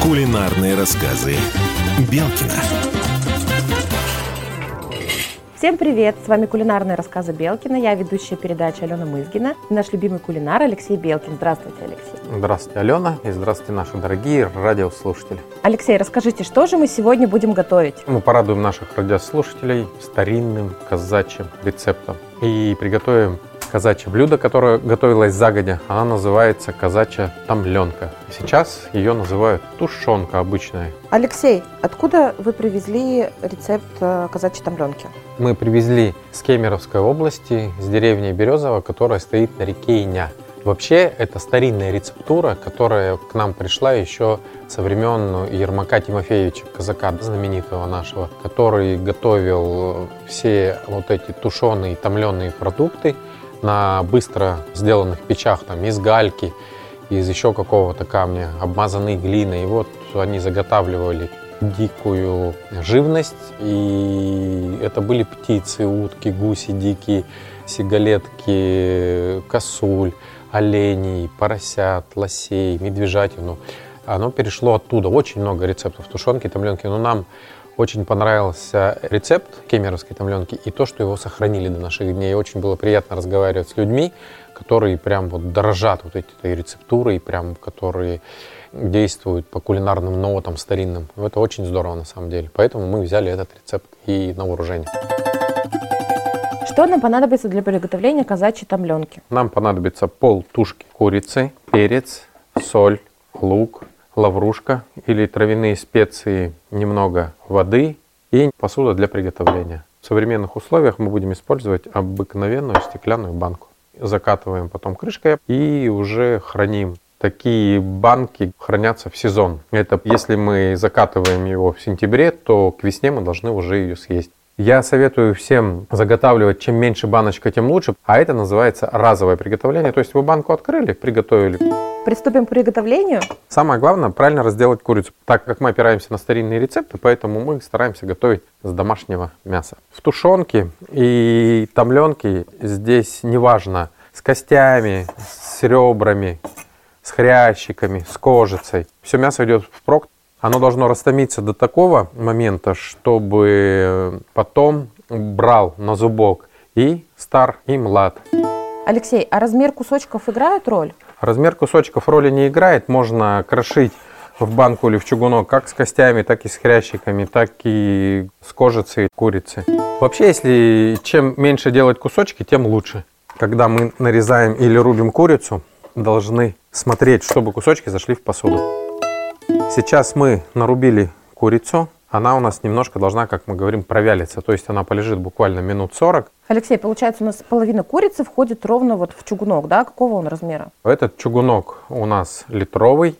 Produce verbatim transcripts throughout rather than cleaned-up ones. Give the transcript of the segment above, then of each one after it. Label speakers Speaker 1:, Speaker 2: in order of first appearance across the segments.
Speaker 1: Кулинарные рассказы Белкина.
Speaker 2: Всем привет! С вами кулинарные рассказы Белкина. Я ведущая передачи Алена Мызгина. И наш любимый кулинар Алексей Белкин. Здравствуйте, Алексей.
Speaker 3: Здравствуйте, Алена. И здравствуйте, наши дорогие радиослушатели.
Speaker 2: Алексей, расскажите, что же мы сегодня будем готовить?
Speaker 3: Мы порадуем наших радиослушателей старинным казачьим рецептом. И приготовим казачье блюдо, которое готовилось загодя. Она называется казачья томленка. Сейчас ее называют тушенка обычная.
Speaker 2: Алексей, откуда вы привезли рецепт казачьей томленки?
Speaker 3: Мы привезли с Кемеровской области, с деревни Березово, которая стоит на реке Иня. Вообще, это старинная рецептура, которая к нам пришла еще со времен Ермака Тимофеевича, казака знаменитого нашего, который готовил все вот эти тушеные и томленые продукты на быстро сделанных печах, там, из гальки, из еще какого-то камня, обмазанной глиной. И вот они заготавливали дикую живность, и это были птицы, утки, гуси дикие, сигалетки, косуль, оленей, поросят, лосей, медвежатину. Оно перешло оттуда. Очень много рецептов тушенки, томленки, но нам очень понравился рецепт кемеровской томленки и то, что его сохранили до наших дней. Очень было приятно разговаривать с людьми, которые прям вот дорожат вот этой рецептурой, прям которые действуют по кулинарным нотам старинным. Это очень здорово на самом деле. Поэтому мы взяли этот рецепт и на вооружение.
Speaker 2: Что нам понадобится для приготовления казачьей томленки?
Speaker 3: Нам понадобится пол тушки курицы, перец, соль, лук, лаврушка или травяные специи, немного воды и посуда для приготовления. В современных условиях мы будем использовать обыкновенную стеклянную банку. Закатываем потом крышкой и уже храним. Такие банки хранятся в сезон. Это если мы закатываем его в сентябре, то к весне мы должны уже ее съесть. Я советую всем заготавливать, чем меньше баночка, тем лучше. А это называется разовое приготовление. То есть вы банку открыли, приготовили.
Speaker 2: Приступим к приготовлению.
Speaker 3: Самое главное, правильно разделать курицу. Так как мы опираемся на старинные рецепты, поэтому мы стараемся готовить с домашнего мяса. В тушенке и томленке здесь неважно, с костями, с ребрами, с хрящиками, с кожицей. Все мясо идет впрок. Оно должно растомиться до такого момента, чтобы потом брал на зубок и стар, и млад.
Speaker 2: Алексей, а размер кусочков играет роль?
Speaker 3: Размер кусочков роли не играет. Можно крошить в банку или в чугунок как с костями, так и с хрящиками, так и с кожицей курицы. Вообще, если чем меньше делать кусочки, тем лучше. Когда мы нарезаем или рубим курицу, должны смотреть, чтобы кусочки зашли в посуду. Сейчас мы нарубили курицу. Она у нас немножко должна, как мы говорим, провялиться. То есть она полежит буквально минут сорок.
Speaker 2: Алексей, получается, у нас половина курицы входит ровно вот в чугунок, да? Какого он размера?
Speaker 3: Этот чугунок у нас литровый.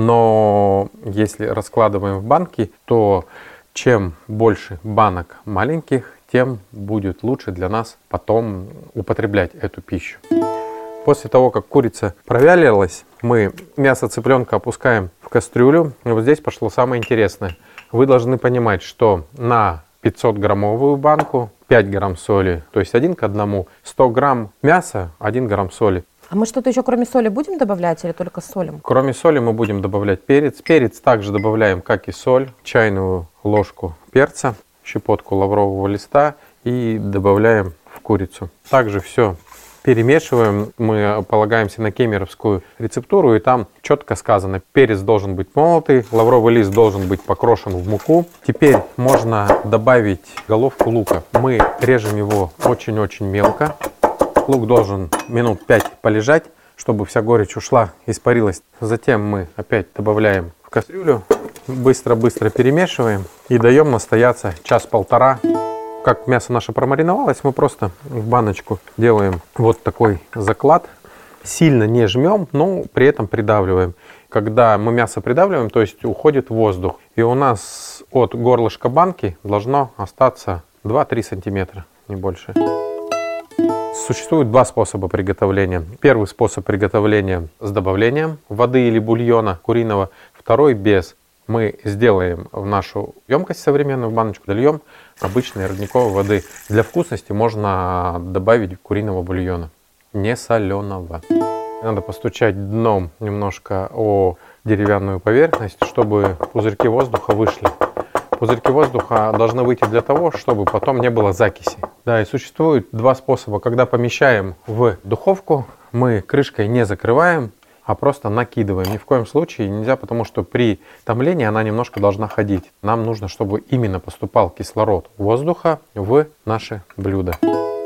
Speaker 3: Но если раскладываем в банки, то чем больше банок маленьких, тем будет лучше для нас потом употреблять эту пищу. После того, как курица провялилась, мы мясо цыпленка опускаем в кастрюлю. И вот здесь пошло самое интересное. Вы должны понимать, что на пятьсот граммовую банку пять грамм соли, то есть один к одному, сто грамм мяса, один грамм соли.
Speaker 2: А мы что-то еще кроме соли будем добавлять или только солим?
Speaker 3: Кроме соли мы будем добавлять перец. Перец также добавляем, как и соль, чайную ложку перца, щепотку лаврового листа и добавляем в курицу. Также все перемешиваем, мы полагаемся на кемеровскую рецептуру, и там четко сказано, перец должен быть молотый, лавровый лист должен быть покрошен в муку. Теперь можно добавить головку лука. Мы режем его очень-очень мелко. Лук должен минут пять полежать, чтобы вся горечь ушла, испарилась. Затем мы опять добавляем в кастрюлю, быстро-быстро перемешиваем и даем настояться час-полтора. Как мясо наше промариновалось, мы просто в баночку делаем вот такой заклад. Сильно не жмем, но при этом придавливаем. Когда мы мясо придавливаем, то есть уходит воздух. И у нас от горлышка банки должно остаться два-три сантиметра, не больше. Существует два способа приготовления. Первый способ приготовления с добавлением воды или бульона куриного. Второй без. Мы сделаем в нашу емкость современную, в баночку дольем обычной родниковой воды. Для вкусности можно добавить куриного бульона, не соленого. Надо постучать дном немножко о деревянную поверхность, чтобы пузырьки воздуха вышли. Пузырьки воздуха должны выйти для того, чтобы потом не было закиси. Да, и существует два способа. Когда помещаем в духовку, мы крышкой не закрываем, а просто накидываем. Ни в коем случае нельзя, потому что при томлении она немножко должна ходить. Нам нужно, чтобы именно поступал кислород воздуха в наше блюдо.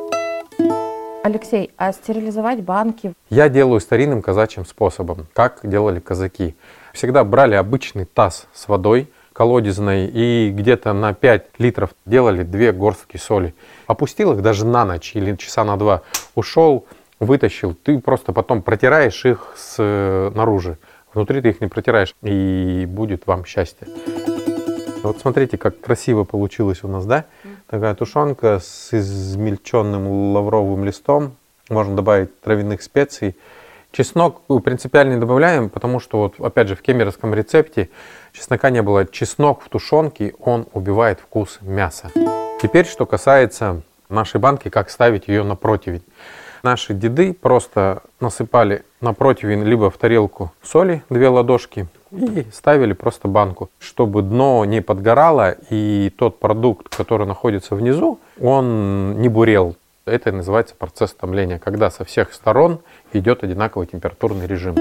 Speaker 2: Алексей, а стерилизовать банки?
Speaker 3: Я делаю старинным казачьим способом, как делали казаки. Всегда брали обычный таз с водой колодезной и где-то на пять литров делали две горстки соли. Опустил их даже на ночь или часа на два. Ушел, вытащил. Ты просто потом протираешь их снаружи. Внутри ты их не протираешь. И будет вам счастье. Вот смотрите, как красиво получилось у нас, да? Такая тушенка с измельченным лавровым листом. Можно добавить травяных специй. Чеснок принципиально не добавляем, потому что, вот, опять же, в кемеровском рецепте чеснока не было. Чеснок в тушенке, он убивает вкус мяса. Теперь, что касается нашей банки, как ставить ее на противень. Наши деды просто насыпали на противень либо в тарелку соли, две ладошки, и ставили просто банку, чтобы дно не подгорало и тот продукт, который находится внизу, он не бурел. Это называется процесс томления, когда со всех сторон идет одинаковый температурный режим.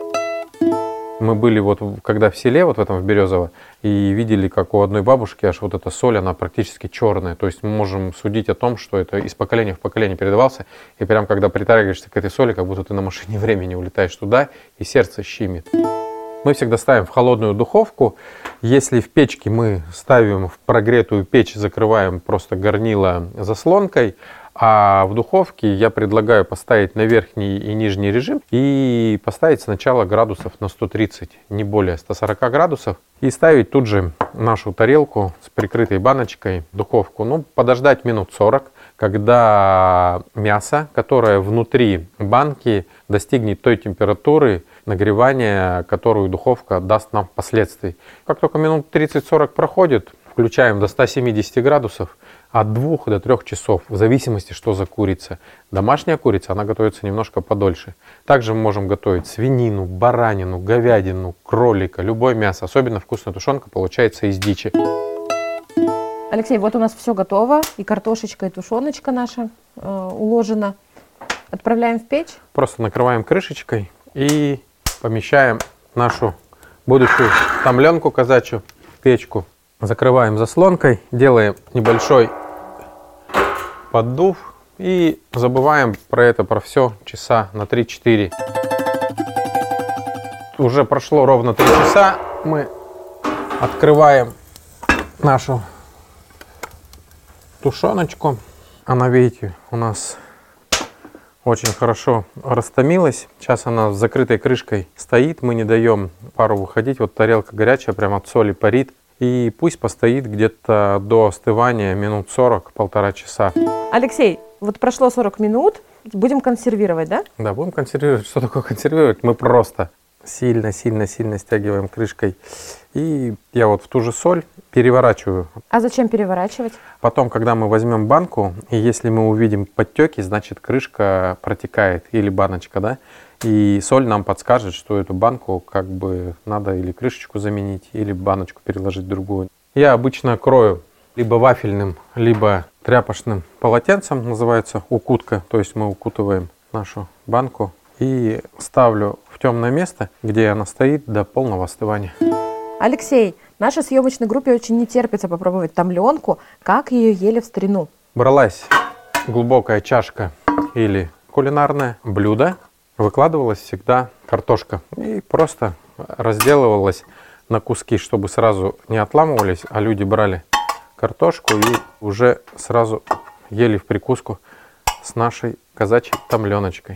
Speaker 3: Мы были вот когда в селе, вот в этом в Березово, и видели, как у одной бабушки аж вот эта соль, она практически черная. То есть мы можем судить о том, что это из поколения в поколение передавался. И прям когда притрагиваешься к этой соли, как будто ты на машине времени улетаешь туда, и сердце щемит. Мы всегда ставим в холодную духовку. Если в печке мы ставим в прогретую печь, закрываем просто горнило заслонкой, а в духовке я предлагаю поставить на верхний и нижний режим и поставить сначала градусов на сто тридцать, не более ста сорока градусов. И ставить тут же нашу тарелку с прикрытой баночкой в духовку. Ну, подождать минут сорок, когда мясо, которое внутри банки, достигнет той температуры нагревания, которую духовка даст нам впоследствии. Как только минут тридцать-сорок проходит, включаем до ста семидесяти градусов, от двух до трёх часов, в зависимости, что за курица. Домашняя курица, она готовится немножко подольше. Также мы можем готовить свинину, баранину, говядину, кролика, любое мясо. Особенно вкусная тушенка получается из дичи.
Speaker 2: Алексей, вот у нас все готово. И картошечка, и тушеночка наша э, уложена. Отправляем в печь.
Speaker 3: Просто накрываем крышечкой и помещаем нашу будущую томленку казачью в печку. Закрываем заслонкой, делаем небольшой поддув и забываем про это, про все часа на три-четыре. Уже прошло ровно три часа, мы открываем нашу тушеночку. Она, видите, у нас очень хорошо растомилась. Сейчас она с закрытой крышкой стоит, мы не даем пару выходить. Вот тарелка горячая, прям от соли парит. И пусть постоит где-то до остывания минут сорок, полтора часа.
Speaker 2: Алексей, вот прошло сорок минут, будем консервировать, да?
Speaker 3: Да, будем консервировать. Что такое консервировать? Мы просто сильно-сильно-сильно стягиваем крышкой. И я вот в ту же соль переворачиваю.
Speaker 2: А зачем переворачивать?
Speaker 3: Потом, когда мы возьмем банку, и если мы увидим подтеки, значит крышка протекает или баночка, да? И соль нам подскажет, что эту банку как бы надо или крышечку заменить, или баночку переложить в другую. Я обычно крою либо вафельным, либо тряпочным полотенцем, называется укутка. То есть мы укутываем нашу банку и ставлю в темное место, где она стоит до полного остывания.
Speaker 2: Алексей, нашей съемочной группе очень не терпится попробовать томленку. Как ее ели в старину?
Speaker 3: Бралась глубокая чашка или кулинарное блюдо. Выкладывалась всегда картошка и просто разделывалась на куски, чтобы сразу не отламывались, а люди брали картошку и уже сразу ели в прикуску с нашей казачьей томленочкой.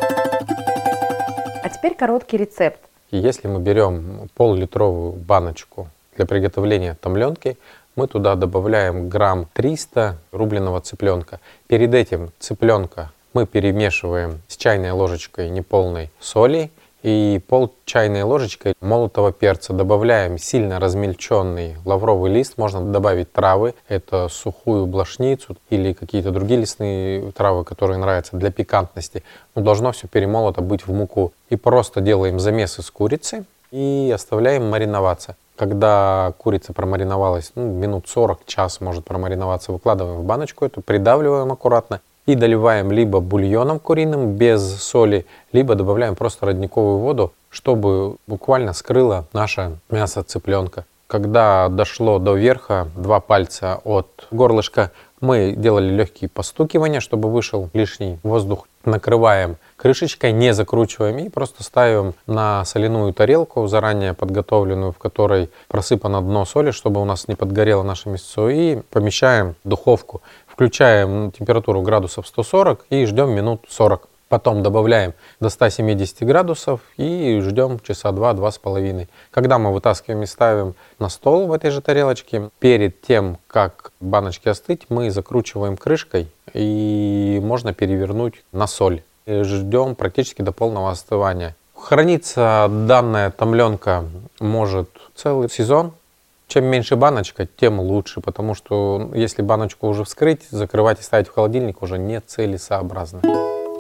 Speaker 2: А теперь короткий рецепт.
Speaker 3: И если мы берем пол-литровую баночку для приготовления томленки, мы туда добавляем грамм триста рубленого цыпленка. Перед этим цыпленка мы перемешиваем с чайной ложечкой неполной соли и пол чайной ложечкой молотого перца. Добавляем сильно размельченный лавровый лист. Можно добавить травы. Это сухую блошницу или какие-то другие лесные травы, которые нравятся для пикантности. Но должно все перемолото быть в муку. И просто делаем замес из курицы и оставляем мариноваться. Когда курица промариновалась, ну, минут сорок, час может промариноваться, выкладываем в баночку эту, придавливаем аккуратно. И доливаем либо бульоном куриным без соли, либо добавляем просто родниковую воду, чтобы буквально скрыло наше мясо цыпленка. Когда дошло до верха, два пальца от горлышка, мы делали легкие постукивания, чтобы вышел лишний воздух. Накрываем крышечкой, не закручиваем и просто ставим на соляную тарелку, заранее подготовленную, в которой просыпано дно соли, чтобы у нас не подгорело наше мясо, и помещаем в духовку. Включаем температуру градусов сто сорок и ждем минут сорок. Потом добавляем до ста семидесяти градусов и ждем часа два-два с половиной. Когда мы вытаскиваем и ставим на стол в этой же тарелочке, перед тем, как баночки остыть, мы закручиваем крышкой и можно перевернуть на соль. И ждем практически до полного остывания. Хранится данная томленка может целый сезон. Чем меньше баночка, тем лучше, потому что если баночку уже вскрыть, закрывать и ставить в холодильник уже не целесообразно.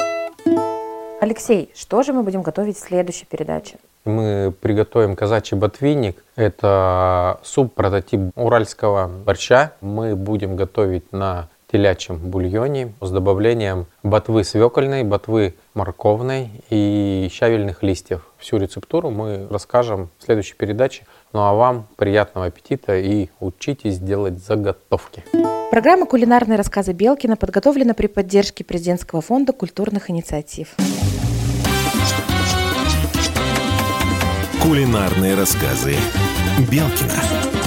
Speaker 2: Алексей, что же мы будем готовить в следующей передаче?
Speaker 3: Мы приготовим казачий ботвинник. Это суп-прототип уральского борща. Мы будем готовить на телячьем бульоне с добавлением ботвы свекольной, ботвы морковной и щавельных листьев. Всю рецептуру мы расскажем в следующей передаче. Ну а вам приятного аппетита и учитесь делать заготовки.
Speaker 2: Программа «Кулинарные рассказы Белкина» подготовлена при поддержке Президентского фонда культурных инициатив.
Speaker 1: Кулинарные рассказы Белкина.